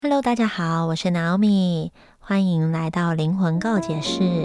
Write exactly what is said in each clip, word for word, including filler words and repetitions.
Hello，大家好，我是 Naomi， 欢迎来到灵魂告解室。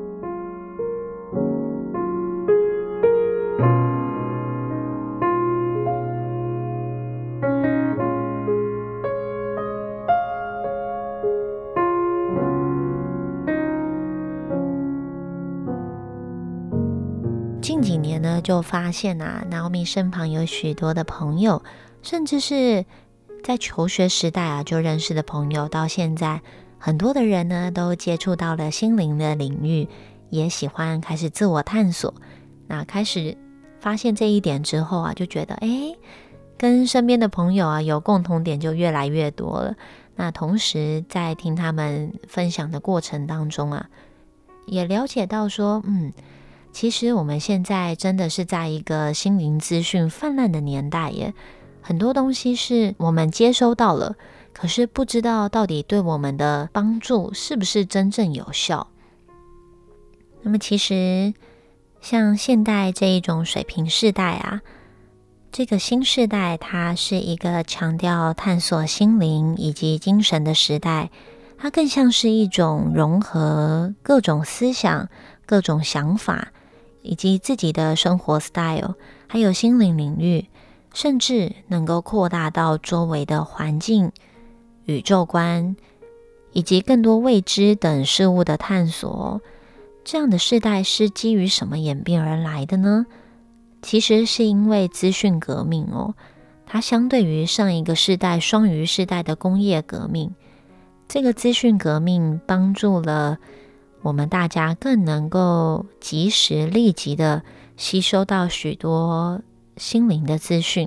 近几年呢，就发现啊 Naomi 身旁有许多的朋友，甚至是在求学时代啊就认识的朋友，到现在很多的人呢都接触到了心灵的领域，也喜欢开始自我探索。那开始发现这一点之后啊，就觉得诶跟身边的朋友啊有共同点就越来越多了。那同时在听他们分享的过程当中啊，也了解到说嗯其实我们现在真的是在一个心灵资讯泛滥的年代耶，很多东西是我们接收到了，可是不知道到底对我们的帮助是不是真正有效。那么其实像现代这一种水平世代啊，这个新世代它是一个强调探索心灵以及精神的时代，它更像是一种融合各种思想、各种想法以及自己的生活 style， 还有心灵领域，甚至能够扩大到周围的环境、宇宙观以及更多未知等事物的探索。这样的世代是基于什么演变而来的呢？其实是因为资讯革命哦，它相对于上一个世代双鱼世代的工业革命，这个资讯革命帮助了我们大家更能够及时立即的吸收到许多心灵的资讯。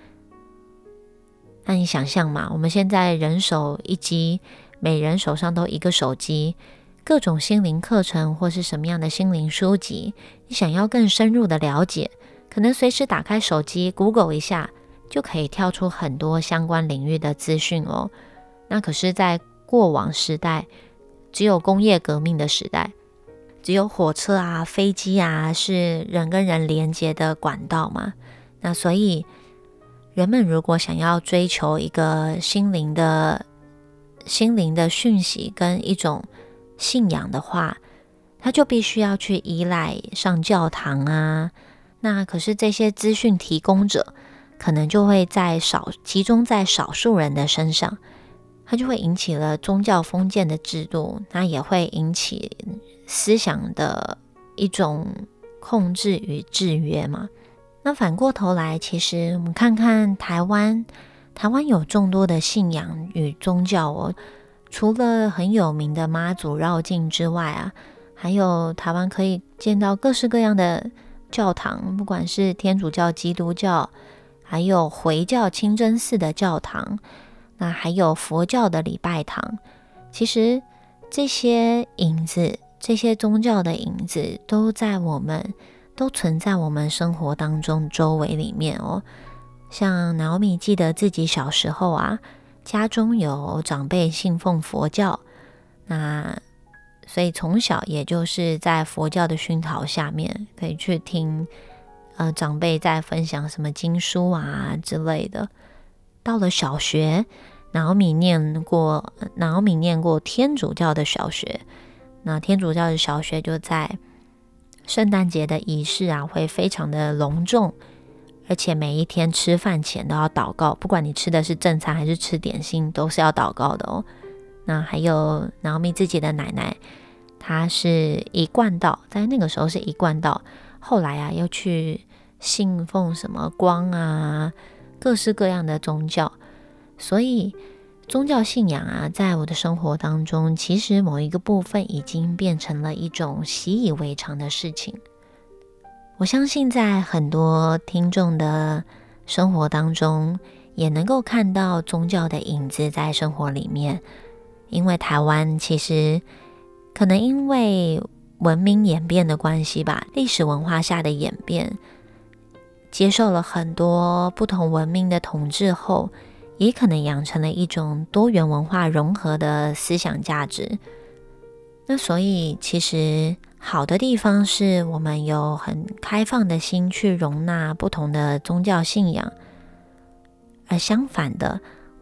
那你想象嘛，我们现在人手一机，每人手上都一个手机，各种心灵课程或是什么样的心灵书籍，你想要更深入的了解，可能随时打开手机 Google 一下，就可以跳出很多相关领域的资讯哦。那可是在过往时代，只有工业革命的时代，只有火车啊、飞机啊是人跟人连接的管道嘛。那所以人们如果想要追求一个心灵的心灵的讯息跟一种信仰的话，他就必须要去依赖上教堂啊。那可是这些资讯提供者可能就会在少集中在少数人的身上，它就会引起了宗教封建的制度，那也会引起思想的一种控制与制约嘛。那反过头来，其实我们看看台湾，台湾有众多的信仰与宗教哦。除了很有名的妈祖绕境之外啊，还有台湾可以见到各式各样的教堂，不管是天主教、基督教，还有回教清真寺的教堂，那还有佛教的礼拜堂。其实这些影子，这些宗教的影子都在我们都存在我们生活当中周围里面哦。像 Naomi 记得自己小时候啊，家中有长辈信奉佛教，那所以从小也就是在佛教的熏陶下面，可以去听呃长辈在分享什么经书啊之类的。到了小学，Naomi念过 Naomi 念过天主教的小学，那天主教的小学就在圣诞节的仪式啊会非常的隆重，而且每一天吃饭前都要祷告，不管你吃的是正餐还是吃点心，都是要祷告的哦。那还有 Naomi 自己的奶奶，她是一贯道，在那个时候是一贯道，后来啊又去信奉什么光啊，各式各样的宗教。所以宗教信仰啊，在我的生活当中，其实某一个部分已经变成了一种习以为常的事情。我相信在很多听众的生活当中，也能够看到宗教的影子在生活里面。因为台湾其实可能因为文明演变的关系吧，历史文化下的演变，接受了很多不同文明的统治后，也可能养成了一种多元文化融合的思想价值。那所以其实好的地方是我们有很开放的心去容纳不同的宗教信仰，而相反的，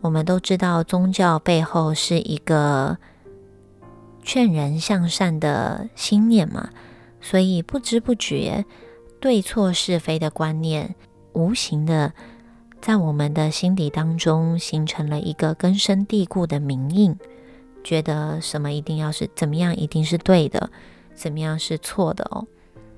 我们都知道宗教背后是一个劝人向善的心念嘛，所以不知不觉对错是非的观念无形的在我们的心底当中形成了一个根深蒂固的铭印，觉得什么一定要是怎么样一定是对的，怎么样是错的哦。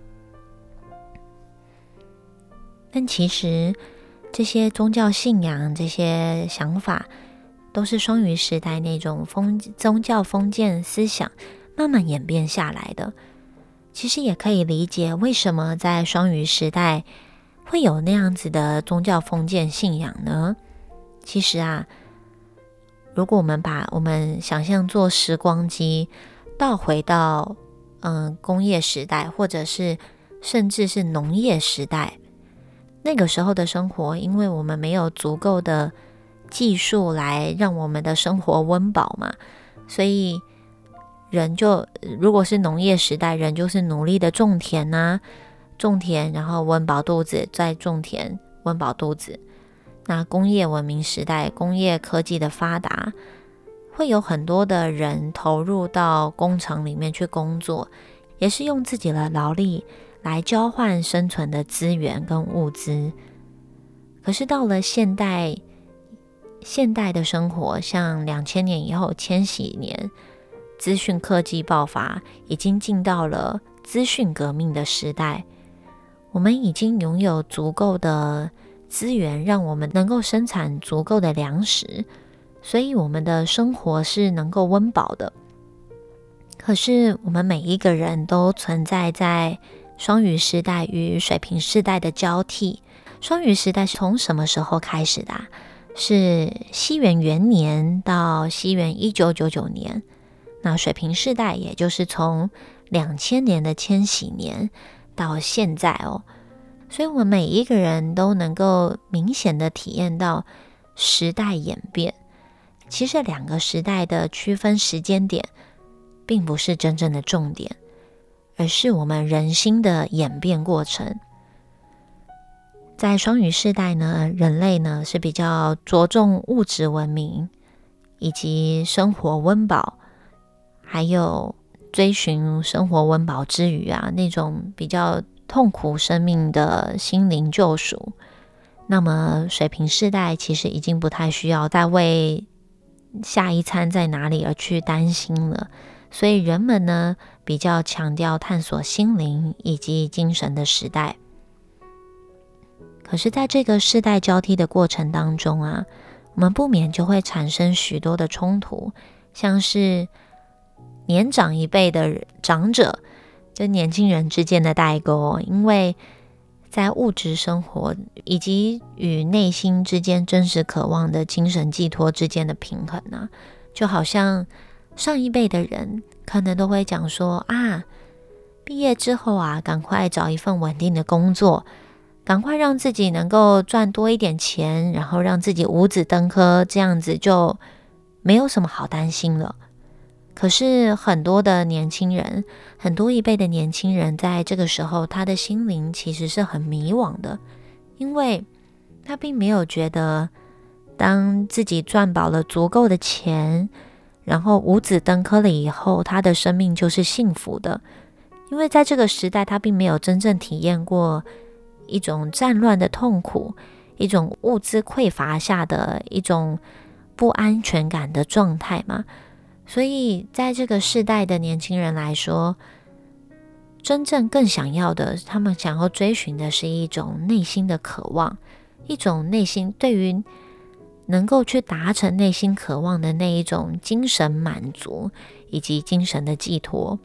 但其实这些宗教信仰这些想法都是双鱼时代那种封宗教封建思想慢慢演变下来的。其实也可以理解为什么在双鱼时代会有那样子的宗教封建信仰呢？其实啊，如果我们把我们想象做时光机倒回到嗯工业时代，或者是甚至是农业时代，那个时候的生活，因为我们没有足够的技术来让我们的生活温饱嘛，所以人就如果是农业时代，人就是努力的种田啊，种田然后温饱肚子，再种田温饱肚子。那工业文明时代，工业科技的发达，会有很多的人投入到工厂里面去工作，也是用自己的劳力来交换生存的资源跟物资。可是到了现代现代的生活，像两千年以后千禧年，资讯科技爆发，已经进到了资讯革命的时代，我们已经拥有足够的资源，让我们能够生产足够的粮食，所以我们的生活是能够温饱的。可是我们每一个人都存在在双鱼时代与水瓶时代的交替。双鱼时代是从什么时候开始的啊？是西元元年到西元一九九九年。那水瓶世代也就是从两千年的千禧年到现在哦，所以我们每一个人都能够明显的体验到时代演变。其实两个时代的区分时间点并不是真正的重点，而是我们人心的演变过程。在双鱼世代呢，人类呢是比较着重物质文明以及生活温饱，还有追寻生活温饱之余啊，那种比较痛苦生命的心灵救赎。那么水瓶世代其实已经不太需要再为下一餐在哪里而去担心了，所以人们呢比较强调探索心灵以及精神的时代。可是在这个世代交替的过程当中啊，我们不免就会产生许多的冲突，像是年长一辈的长者跟年轻人之间的代沟，因为在物质生活以及与内心之间真实渴望的精神寄托之间的平衡啊，就好像上一辈的人可能都会讲说啊，毕业之后啊，赶快找一份稳定的工作，赶快让自己能够赚多一点钱，然后让自己五子登科，这样子就没有什么好担心了。可是很多的年轻人，很多一辈的年轻人在这个时候，他的心灵其实是很迷惘的，因为他并没有觉得当自己赚饱了足够的钱，然后五子登科了以后，他的生命就是幸福的。因为在这个时代，他并没有真正体验过一种战乱的痛苦，一种物资匮乏下的一种不安全感的状态嘛。所以在这个世代的年轻人来说，真正更想要的，他们想要追寻的是一种内心的渴望，一种内心对于能够去达成内心渴望的那一种精神满足以及精神的寄托。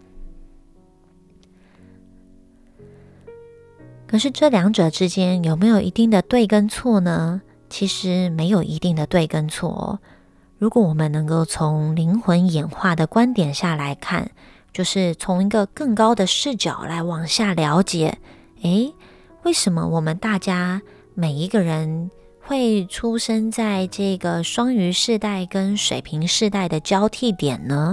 可是这两者之间有没有一定的对跟错呢？其实没有一定的对跟错哦。如果我们能够从灵魂演化的观点下来看，就是从一个更高的视角来往下了解，诶，为什么我们大家每一个人会出生在这个双鱼世代跟水瓶世代的交替点呢？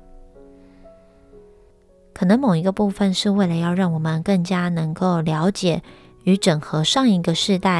可能某一个部分是为了要让我们更加能够了解与整合上一个世代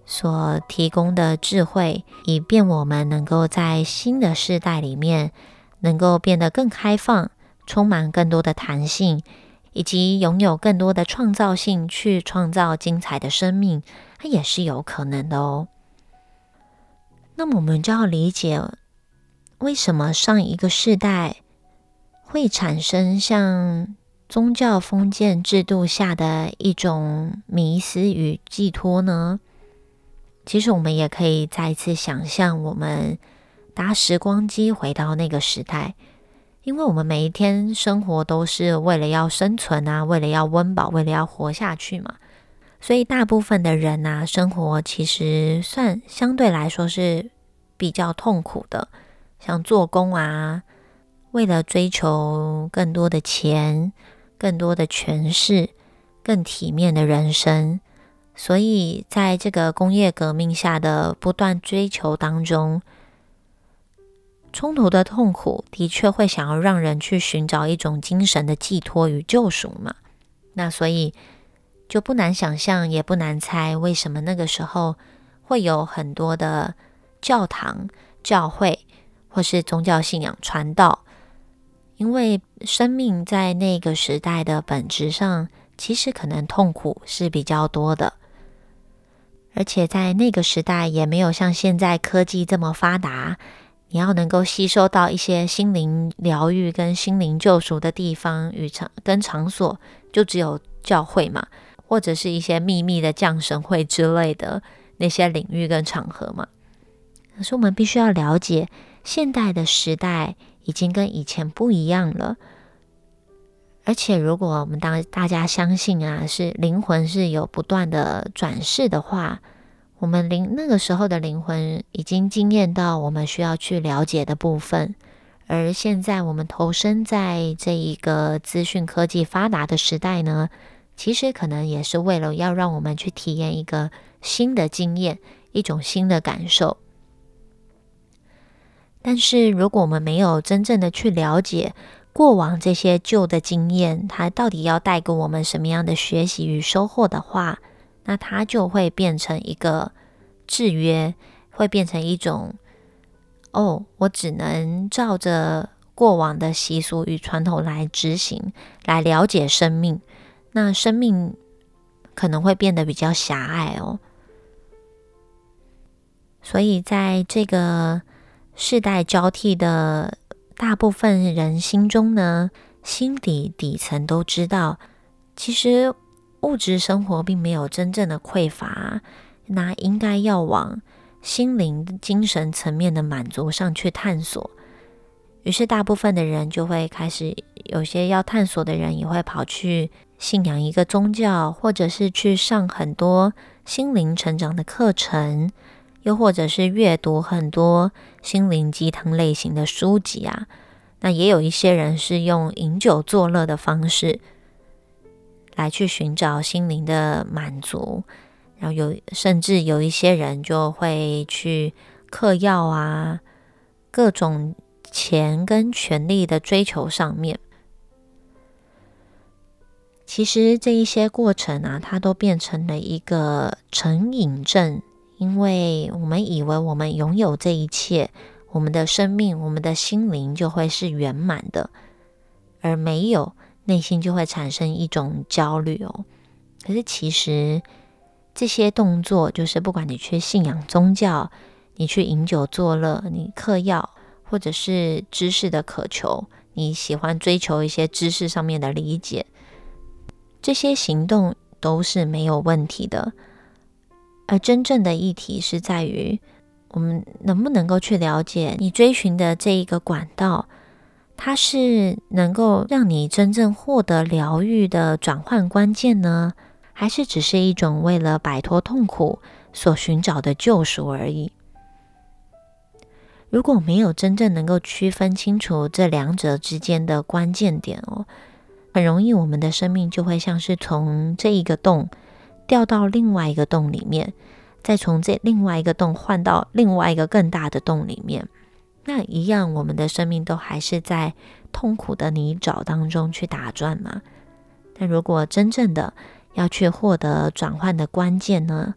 所提供的智慧，以便我们能够在新的世代里面能够变得更开放，充满更多的弹性，以及拥有更多的创造性，去创造精彩的生命，它也是有可能的哦。那么我们就要理解，为什么上一个世代会产生像宗教封建制度下的一种迷思与寄托呢？其实我们也可以再一次想象，我们搭时光机回到那个时代，因为我们每一天生活都是为了要生存啊，为了要温饱，为了要活下去嘛，所以大部分的人啊，生活其实算相对来说是比较痛苦的，像做工啊，为了追求更多的钱，更多的权势，更体面的人生，所以在这个工业革命下的不断追求当中，冲突的痛苦的确会想要让人去寻找一种精神的寄托与救赎嘛。那所以就不难想象，也不难猜，为什么那个时候会有很多的教堂、教会或是宗教信仰传道，因为生命在那个时代的本质上，其实可能痛苦是比较多的。而且在那个时代也没有像现在科技这么发达，你要能够吸收到一些心灵疗愈跟心灵救赎的地方与场跟场所，就只有教会嘛，或者是一些秘密的降神会之类的那些领域跟场合嘛。可是我们必须要了解，现代的时代已经跟以前不一样了。而且如果我们当大家相信啊，是灵魂是有不断的转世的话，我们灵那个时候的灵魂已经经验到我们需要去了解的部分，而现在我们投身在这一个资讯科技发达的时代呢，其实可能也是为了要让我们去体验一个新的经验，一种新的感受。但是如果我们没有真正的去了解过往这些旧的经验，它到底要带给我们什么样的学习与收获的话，那它就会变成一个制约，会变成一种哦，我只能照着过往的习俗与传统来执行，来了解生命，那生命可能会变得比较狭隘哦。所以在这个世代交替的大部分人心中呢，心底底层都知道，其实物质生活并没有真正的匮乏，那应该要往心灵精神层面的满足上去探索。于是大部分的人就会开始，有些要探索的人也会跑去信仰一个宗教，或者是去上很多心灵成长的课程，又或者是阅读很多心灵鸡汤类型的书籍啊。那也有一些人是用饮酒作乐的方式来去寻找心灵的满足，然后有甚至有一些人就会去嗑药啊，各种钱跟权力的追求上面。其实这一些过程啊，它都变成了一个成瘾症，因为我们以为我们拥有这一切，我们的生命，我们的心灵就会是圆满的，而没有，内心就会产生一种焦虑哦。可是其实这些动作，就是不管你去信仰宗教，你去饮酒作乐，你嗑药，或者是知识的渴求，你喜欢追求一些知识上面的理解，这些行动都是没有问题的。而真正的议题是在于，我们能不能够去了解你追寻的这一个管道，它是能够让你真正获得疗愈的转换关键呢？还是只是一种为了摆脱痛苦所寻找的救赎而已？如果没有真正能够区分清楚这两者之间的关键点哦，很容易我们的生命就会像是从这一个洞掉到另外一个洞里面，再从这另外一个洞换到另外一个更大的洞里面，那一样我们的生命都还是在痛苦的泥沼当中去打转嘛。但如果真正的要去获得转换的关键呢，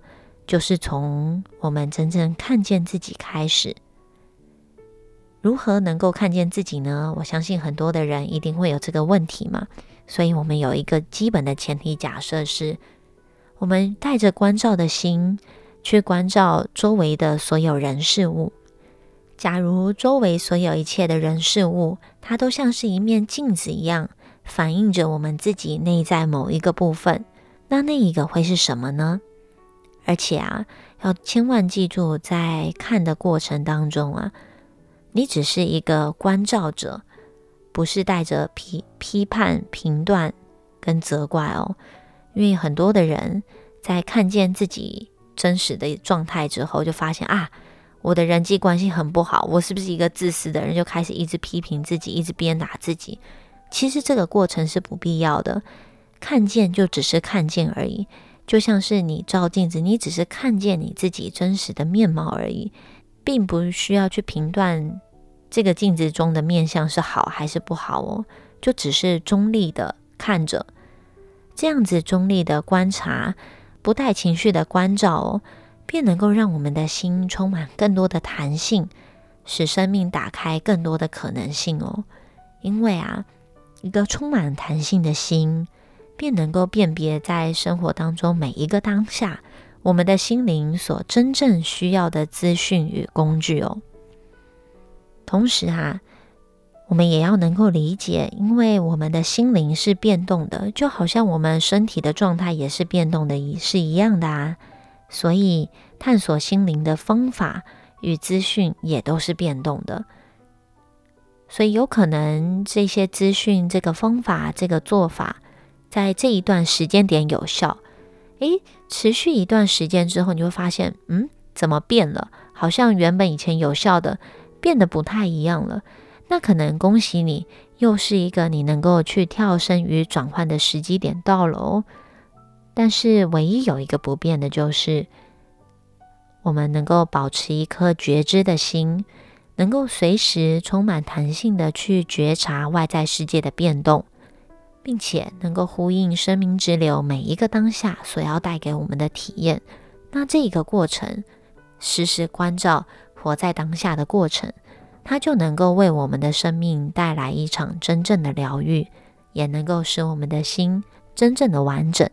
就是从我们真正看见自己开始。如何能够看见自己呢？我相信很多的人一定会有这个问题嘛，所以我们有一个基本的前提假设是，我们带着关照的心去关照周围的所有人事物。假如周围所有一切的人事物，它都像是一面镜子一样，反映着我们自己内在某一个部分，那那一个会是什么呢？而且啊，要千万记住，在看的过程当中啊，你只是一个关照者，不是带着批批判、评断跟责怪哦。因为很多的人在看见自己真实的状态之后，就发现啊，我的人际关系很不好，我是不是一个自私的人，就开始一直批评自己，一直鞭打自己。其实这个过程是不必要的，看见就只是看见而已，就像是你照镜子，你只是看见你自己真实的面貌而已，并不需要去评断这个镜子中的面相是好还是不好哦，就只是中立的看着。这样子中立的观察，不带情绪的关照哦，便能够让我们的心充满更多的弹性，使生命打开更多的可能性哦。因为啊，一个充满弹性的心，便能够辨别在生活当中每一个当下，我们的心灵所真正需要的资讯与工具哦。同时啊，我们也要能够理解，因为我们的心灵是变动的，就好像我们身体的状态也是变动的，是一样的啊。所以探索心灵的方法与资讯也都是变动的。所以有可能这些资讯、这个方法、这个做法，在这一段时间点有效，诶，持续一段时间之后，你会发现，嗯，怎么变了？好像原本以前有效的，变得不太一样了。那可能恭喜你，又是一个你能够去跳升与转换的时机点到了哦。但是唯一有一个不变的就是，我们能够保持一颗觉知的心，能够随时充满弹性的去觉察外在世界的变动，并且能够呼应生命之流每一个当下所要带给我们的体验。那这一个过程，时时关照活在当下的过程，它就能够为我们的生命带来一场真正的疗愈，也能够使我们的心真正的完整。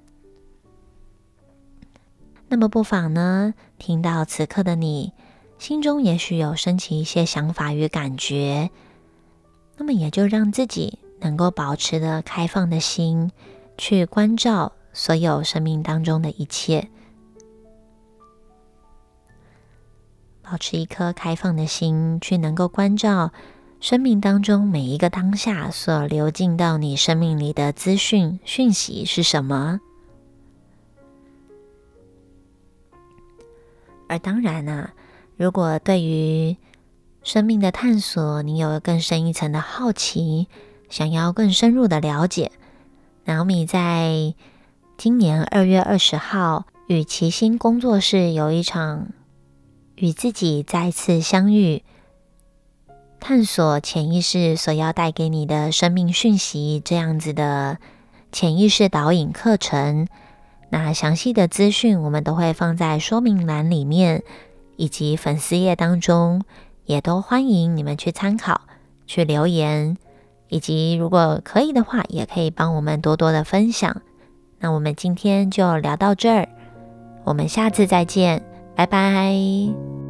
那么不妨呢，听到此刻的你，心中也许有升起一些想法与感觉，那么也就让自己能够保持着开放的心，去关照所有生命当中的一切。保持一颗开放的心，去能够关照生命当中每一个当下所流进到你生命里的资讯讯息是什么。而当然啊，如果对于生命的探索，你有更深一层的好奇，想要更深入的了解，Naomi在今年二月二十号与奇心工作室有一场与自己再次相遇，探索潜意识所要带给你的生命讯息这样子的潜意识导引课程。那详细的资讯我们都会放在说明栏里面，以及粉丝页当中，也都欢迎你们去参考，去留言，以及如果可以的话，也可以帮我们多多的分享。那我们今天就聊到这儿，我们下次再见，拜拜。